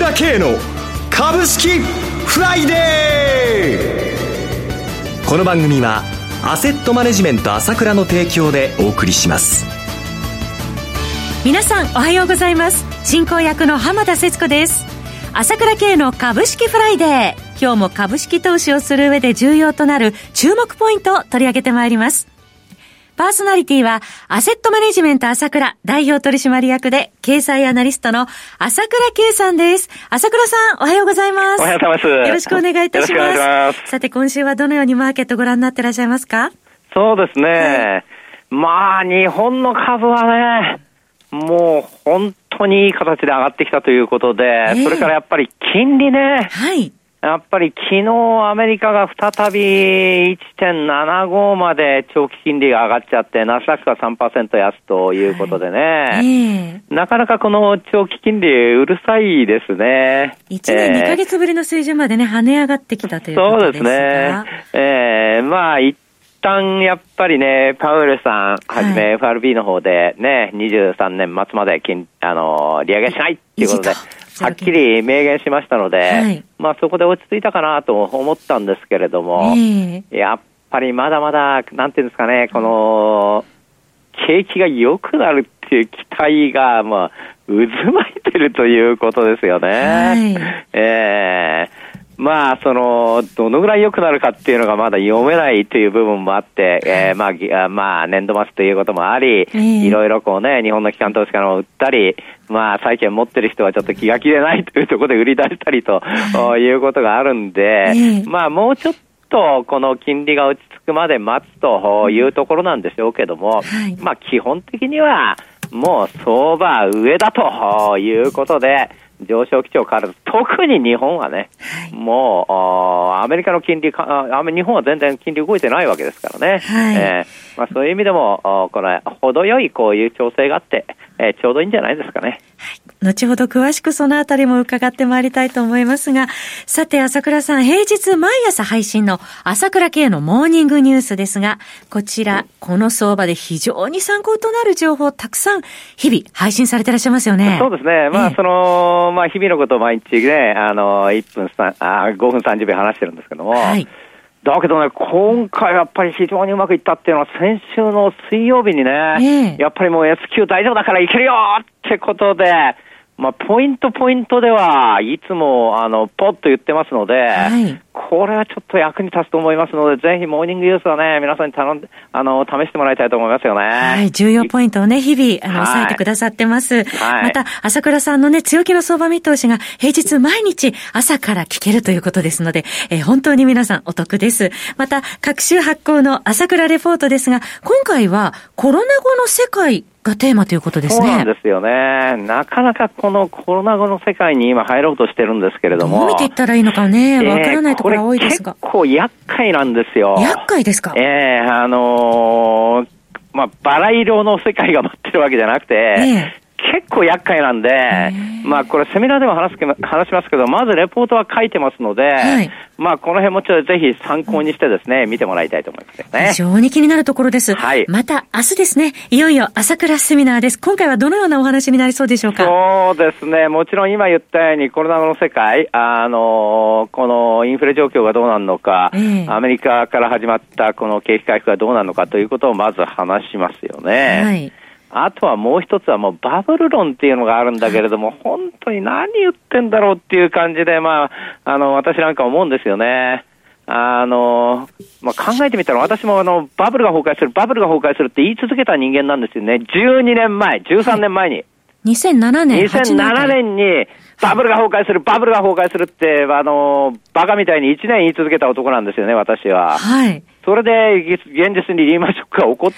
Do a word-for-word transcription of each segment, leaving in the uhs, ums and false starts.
倉慶の株式フライデー。この番組はアセットマネジメント朝倉の提供でお送りします。 皆さんおはようございます。進行役の浜田節子です。朝倉慶の株式フライデー、今日も株式投資をする上で重要となる注目ポイントを取り上げてまいります。パーソナリティはアセットマネジメント朝倉代表取締役で経済アナリストの朝倉慶さんです。朝倉さんおはようございます。 おはようございます。よろしくお願いいたします。よろしくお願いします。さて今週はどのようにマーケットご覧になっていらっしゃいますか？ そうですね、はい、まあ日本の株はねもう本当にいい形で上がってきたということで、えー、それからやっぱり金利ね、はい、やっぱり昨日アメリカが再び いちてんななご まで長期金利が上がっちゃって、ナスダックが さんパーセント 安ということでね、はいえー、なかなかこの長期金利うるさいですね。 いちねんにかげつぶりの水準までね、跳ね上がってきたということですが、そうですね、 えー、まあ一旦やっぱりね、パウエルさんはじめ エフアールビー の方でね、にじゅうさんねん末まで金あの利上げしないっていうことではっきり明言しましたので、はい、まあそこで落ち着いたかなと思ったんですけれども、えー、やっぱりまだまだなんていうんですかね、この景気が良くなるっていう期待がまあ渦巻いてるということですよね。はい、えーまあ、その、どのぐらい良くなるかっていうのがまだ読めないという部分もあって、えー、まあ、まあ、年度末ということもあり、えー、いろいろこうね、日本の機関投資家の売ったり、まあ、債券持ってる人はちょっと気が気でないというところで売り出したりということがあるんで、えー、まあ、もうちょっとこの金利が落ち着くまで待つというところなんでしょうけども、はい、まあ、基本的にはもう相場上だということで、上昇基調変わらず、特に日本はね、はい、もうアメリカの金利か、日本は全然金利動いてないわけですからね、はい、えーまあ、そういう意味でもこの程よいこういう調整があって、えー、ちょうどいいんじゃないですかね。 はい、後ほど詳しくそのあたりも伺ってまいりたいと思いますが、さて朝倉さん、平日毎朝配信の朝倉慶のモーニングニュースですが、こちら、うん、この相場で非常に参考となる情報をたくさん日々配信されていらっしゃいますよね。 そうですね、まあ、えー、そのまあ、日々のことを毎日ね、あのいっぷんあごふんさんじゅっぷん話してるんですけども、はい、だけどね、今回やっぱり非常にうまくいったっていうのは、先週の水曜日にね、えー、やっぱりもう S q 大丈夫だからいけるよってことで、まあ、ポイントポイントではいつもあのポッと言ってますので、はい、これはちょっと役に立つと思いますので、ぜひモーニングニュースはね、皆さんに頼んであの試してもらいたいと思いますよね。 はい、重要ポイントをね、日々あの、はい、押さえてくださってます。はい、また朝倉さんのね、強気の相場見通しが平日毎日朝から聞けるということですので、えー、本当に皆さんお得です。また各週発行の朝倉レポートですが、今回はコロナ後の世界がテーマということですね。 そうなんですよね。なかなかこのコロナ後の世界に今入ろうとしてるんですけれども、 どう見ていったらいいのかね、わからないところが多いですが、 えー、結構厄介なんですよ。 厄介ですか？ えー、あのー、まあ、バラ色の世界が待ってるわけじゃなくて、えー結構厄介なんで、まあこれセミナーでも話すけど、話しますけど、まずレポートは書いてますので、はい、まあこの辺もちょっとぜひ参考にしてですね、見てもらいたいと思いますよね。 非常に気になるところです。はい。また明日ですね、いよいよ朝倉セミナーです。今回はどのようなお話になりそうでしょうか？ そうですね、もちろん今言ったようにコロナ後の世界、あの、このインフレ状況がどうなるのか、えー、アメリカから始まったこの景気回復がどうなるのかということをまず話しますよね。はい。あとはもう一つはもうバブル論っていうのがあるんだけれども、本当に何言ってんだろうっていう感じで、まあ、あの、私なんか思うんですよね。あの、まあ、考えてみたら私もあの、バブルが崩壊する、バブルが崩壊するって言い続けた人間なんですよね。じゅうにねんまえ、じゅうさんねんまえに。はい、 にせんななねん。 にせんななねんに、バブルが崩壊する、バブルが崩壊するって、あの、バカみたいにいちねん言い続けた男なんですよね、私は。はい。それで、現実にリーマンショックが起こって、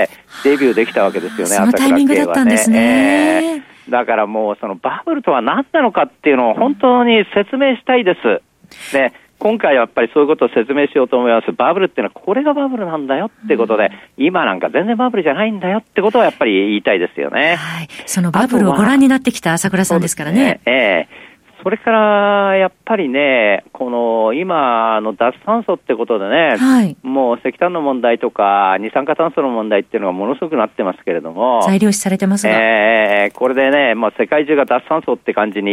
デビューできたわけですよね、 そのタイミングだったんですね。 えー、だからもう、そのバブルとは何なのかっていうのを本当に説明したいです。ね。今回はやっぱりそういうことを説明しようと思います。バブルっていうのはこれがバブルなんだよってことで、うん、今なんか全然バブルじゃないんだよってことはやっぱり言いたいですよね。 はい。そのバブルをご覧になってきた朝倉さんですからね。 ええーそれからやっぱりね、この今の脱炭素ってことでね、はい、もう石炭の問題とか二酸化炭素の問題っていうのがものすごくなってますけれども、 材料視されてますが、 えー、これでね、まあ、世界中が脱炭素って感じに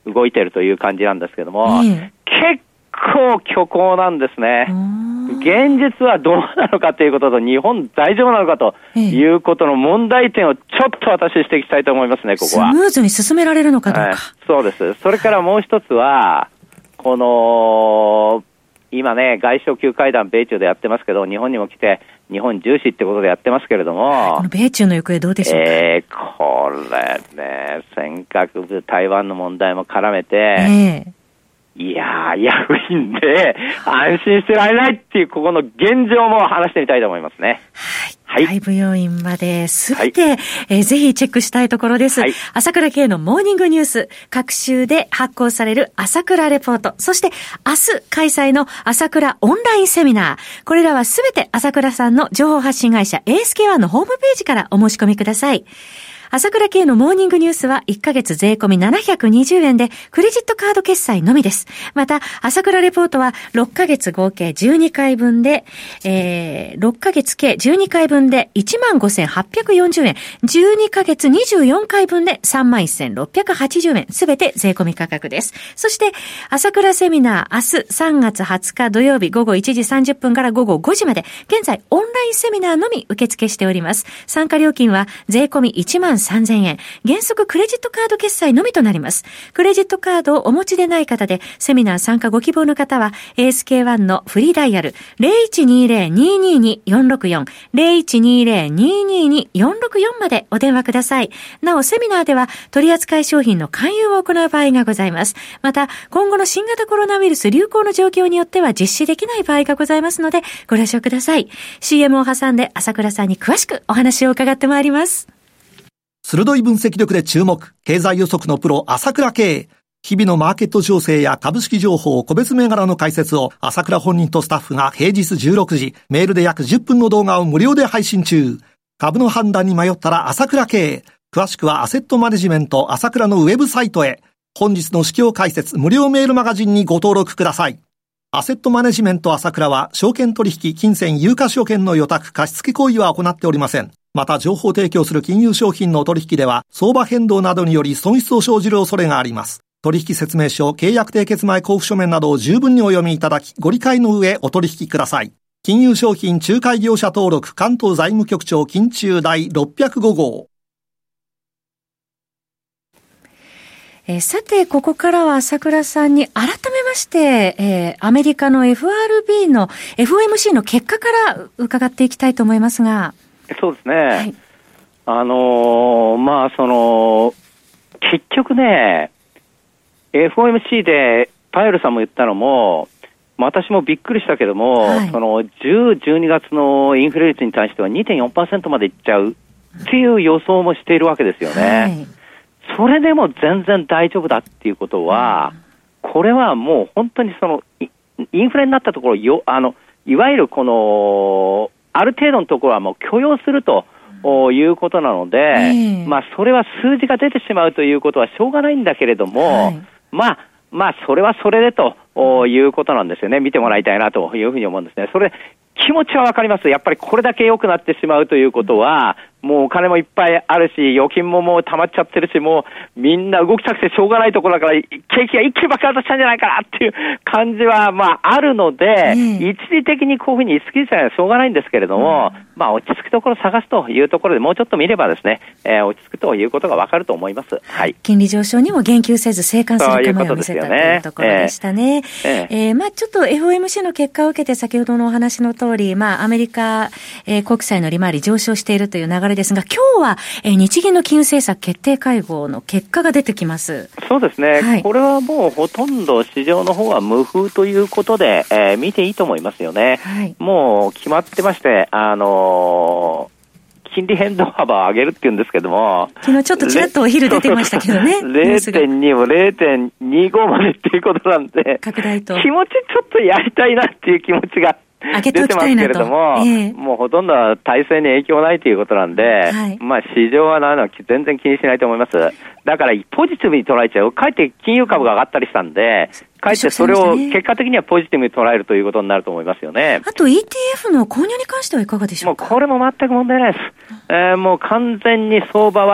動いているという感じなんですけども、えー、結構虚構なんですね。現実はどうなのかということと、日本大丈夫なのかということの問題点をちょっと私指摘したいと思いますね、ここは。 スムーズに進められるのかどうか。 はい、そうです。それからもう一つは、この、今ね、外相級会談、米中でやってますけど、日本にも来て、日本重視ってことでやってますけれども、 この米中の行方どうでしょうか。 えー、これね、尖閣部、台湾の問題も絡めて、えーいやー、ヤフインで安心してられないっていう、ここの現状も話してみたいと思いますね。 はい。はい、外部要因まですべて、はい、えー、ぜひチェックしたいところです。はい、朝倉慶のモーニングニュース、各週で発行される朝倉レポート、そして明日開催の朝倉オンラインセミナー。これらはすべて朝倉さんの情報発信会社 エーエスケーワン のホームページからお申し込みください。朝倉慶のモーニングニュースはいっかげつ税込みななひゃくにじゅうえんでクレジットカード決済のみです。また、朝倉レポートはろっかげつ合計じゅうにかいぶんで、えー、ろっかげつ計じゅうにかいぶんで いちまんごせんはっぴゃくよんじゅうえん、じゅうにかげつにじゅうよんかいぶんで さんまんせんろっぴゃくはちじゅうえん、すべて税込み価格です。そして、朝倉セミナー明日さんがつはつか土曜日午後いちじさんじゅっぷんから午後ごじまで、現在オンラインセミナーのみ受付しております。参加料金は税込みいちまんさんぜんえん、原則クレジットカード決済のみとなります。クレジットカードをお持ちでない方でセミナー参加ご希望の方は エーエスケーワン のフリーダイヤル ゼロいちにゼロ にーにーに よんろくよん ゼロいちにゼロ にーにーに よんろくよんまでお電話ください。なおセミナーでは取扱い商品の勧誘を行う場合がございます。また今後の新型コロナウイルス流行の状況によっては実施できない場合がございますのでご了承ください。 シーエム を挟んで朝倉さんに詳しくお話を伺ってまいります。 鋭い分析力で注目、経済予測のプロ朝倉慶。日々のマーケット情勢や株式情報、個別銘柄の解説を朝倉本人とスタッフが平日じゅうろくじ、メールで約じゅっぷんの動画を無料で配信中。株の判断に迷ったら朝倉慶。詳しくはアセットマネジメント朝倉のウェブサイトへ。本日の指標解説無料メールマガジンにご登録ください。アセットマネジメント朝倉は証券取引、金銭、有価証券の予託、貸付行為は行っておりません。また情報提供する金融商品の取引では相場変動などにより損失を生じる恐れがあります。取引説明書、契約締結前交付書面などを十分にお読みいただき、ご理解の上お取引ください。金融商品仲介業者登録関東財務局長金中第ろっぴゃくごごう。 えー、さてここからは朝倉さんに改めまして、えー、アメリカの エフアールビー の エフオーエムシー の結果から伺っていきたいと思いますが。 そうですね、はい、あのー、まあその結局ね エフオーエムシー でパウエルさんも言ったのも私もびっくりしたけども、はい、そのじゅう、じゅうにがつのインフレ率に対しては にてんよんパーセント までいっちゃうっていう予想もしているわけですよね、はい、それでも全然大丈夫だっていうことは、うん、これはもう本当にそのインフレになったところよあのいわゆるこのある程度のところはもう許容するということなので、えー、まあそれは数字が出てしまうということはしょうがないんだけれども、はい、まあまあそれはそれでということなんですよね。見てもらいたいなというふうに思うんですね。それ気持ちはわかります。やっぱりこれだけ良くなってしまうということは、もうお金もいっぱいあるし、預金ももう溜まっちゃってるし、もうみんな動きたくてしょうがないところだから、景気が一気に爆発したんじゃないかなっていう感じはまああるので、うん、一時的にこういうふうに言い過ぎちゃうのはしょうがないんですけれども、うん、まあ落ち着くところを探すというところでもうちょっと見ればですね、えー、落ち着くということがわかると思います。はい。 金利上昇にも言及せず静観する構えを見せたというところでしたね。えーえー、まあちょっと エフオーエムシー の結果を受けて先ほどのお話の通り、まあアメリカ、えー、国債の利回り上昇しているという流れですが、今日はえー、日銀の金融政策決定会合の結果が出てきます。 そうですね、はい、これはもうほとんど市場の方は無風ということで、えー、見ていいと思いますよね、はい、もう決まってまして、あのー、金利変動幅を上げるっていうんですけども、 昨日ちょっとちらっとお昼出てましたけどねゼロてんに も ゼロてんにご までっていうことなんで、 拡大と気持ちちょっとやりたいなっていう気持ちが出てますけれども、えー、もうほとんど体制に影響ないということなんで、はい、まあ市場はなの全然気にしないと思います。だからポジティブに捉えちゃう。かえって金融株が上がったりしたんで、かえってそれを結果的にはポジティブに捉えるということになると思いますよね。 あと イーティーエフ の購入に関してはいかがでしょうか。 もうこれも全く問題ないです。えー、もう完全に相場は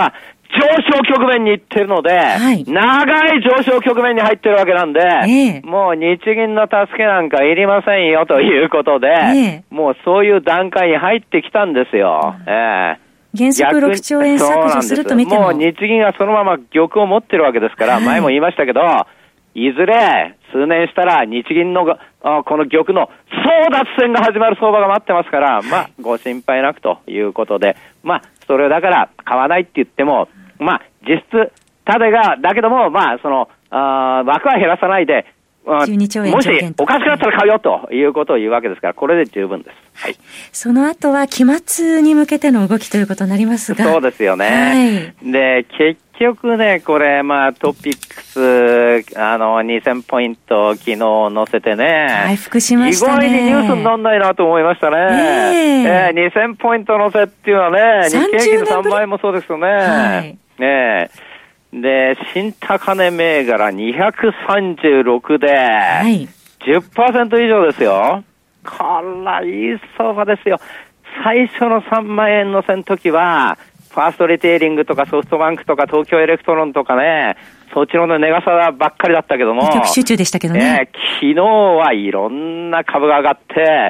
昇局面に行ってるので、はい、長い上昇局面に入ってるわけなんで、えー、もう日銀の助けなんかいりませんよということで、えー、もうそういう段階に入ってきたんですよ。うん、えー、 原則ろくちょうえん削除すると見ても。 もう日銀がそのまま玉を持ってるわけですから、はい、前も言いましたけど、いずれ数年したら日銀のあこの玉の争奪戦が始まる相場が待ってますから、まあご心配なくということで、まあそれをだから買わないって言っても、まあ実質ただがだけども、まあそのあ枠は減らさないで、 じゅうにちょうえんもしおかしくなったら買うよということを言うわけですから、これで十分です。はい。 その後は期末に向けての動きということになりますが。 そうですよね。はい、で、結局ね、これ、まあ、トピックス、あの、にせんポイント昨日載せてね。 回復しましたね。 意外にニュースにならないなと思いましたね。えー、えー、にせんポイント載せっていうのはね、日経平均のさんばいもそうですよね。はい、ねで、新高値銘柄にひゃくさんじゅうろくで、はい、じゅっパーセント 以上ですよ。こら、いい相場ですよ。最初のさんまんえんのせん時は、ファーストリテイリングとかソフトバンクとか東京エレクトロンとかね、そっちの値傘ばっかりだったけども。 一極集中でしたけどね。 えー、昨日はいろんな株が上がって、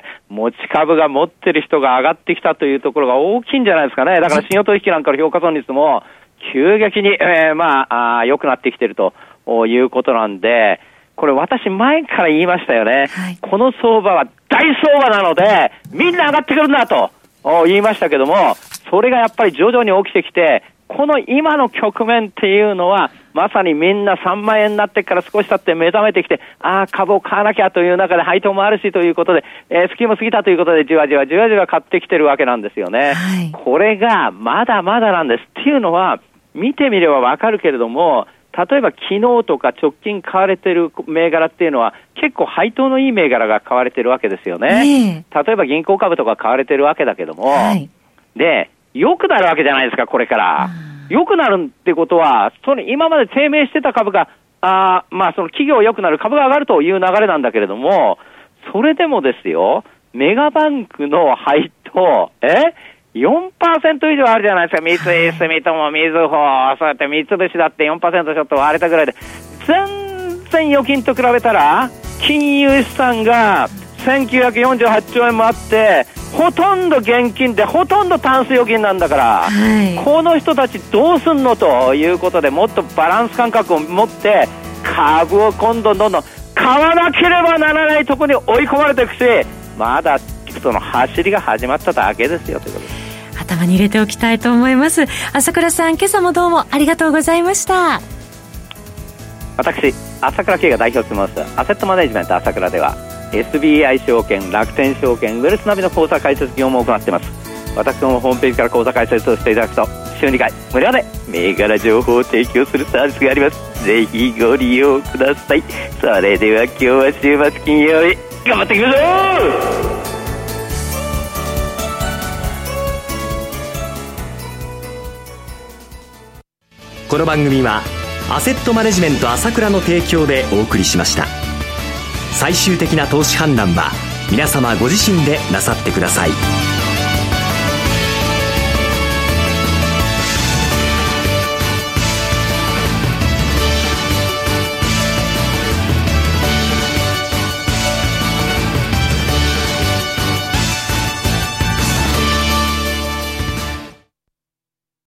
持ち株が持ってる人が上がってきたというところが大きいんじゃないですかね。だから信用取引なんかの評価損率も、急激に、えー、まあ、あ良くなってきてるということなんで、これ私前から言いましたよね。はい、この相場は大相場なので、みんな上がってくるんだと言いましたけども、それがやっぱり徐々に起きてきて、この今の局面っていうのは、まさにみんなさんまんえんになってから少し経って目覚めてきて、ああ、株を買わなきゃという中で配当もあるしということで、えー、月も過ぎたということでじわじわじわじわ買ってきてるわけなんですよね。はい、これがまだまだなんです。っていうのは、見てみればわかるけれども、例えば昨日とか直近買われてる銘柄っていうのは結構配当のいい銘柄が買われてるわけですよね。えー、例えば銀行株とか買われてるわけだけども、はい、で、良くなるわけじゃないですか、これから。良くなるってことは、その今まで低迷してた株が、あまあその企業良くなる株が上がるという流れなんだけれども、それでもですよ、メガバンクの配当、えよんパーセント 以上あるじゃないですか。三井住友、みずほ、そうやって三菱だって よんパーセント ちょっと割れたぐらいで、全然預金と比べたら、金融資産がせんきゅうひゃくよんじゅうはちちょうえんもあって、ほとんど現金でほとんどタンス預金なんだから、はい、この人たちどうすんのということで、もっとバランス感覚を持って株を今度どんどん買わなければならないところに追い込まれていくし、まだその走りが始まっただけですよということです。 頭に入れておきたいと思います。朝倉さん、今朝もどうもありがとうございました。 私、朝倉慶が代表を務めますアセットマネジメント朝倉では エスビーアイ 証券、楽天証券、ウェルスナビの口座開設業務を行っています。私のホームページから口座開設をしていただくと週にかい無料で銘柄情報を提供するサービスがあります。ぜひご利用ください。それでは今日は週末金曜日頑張っていきましょう。 この番組はアセットマネジメント朝倉の提供でお送りしました。最終的な投資判断は皆様ご自身でなさってください。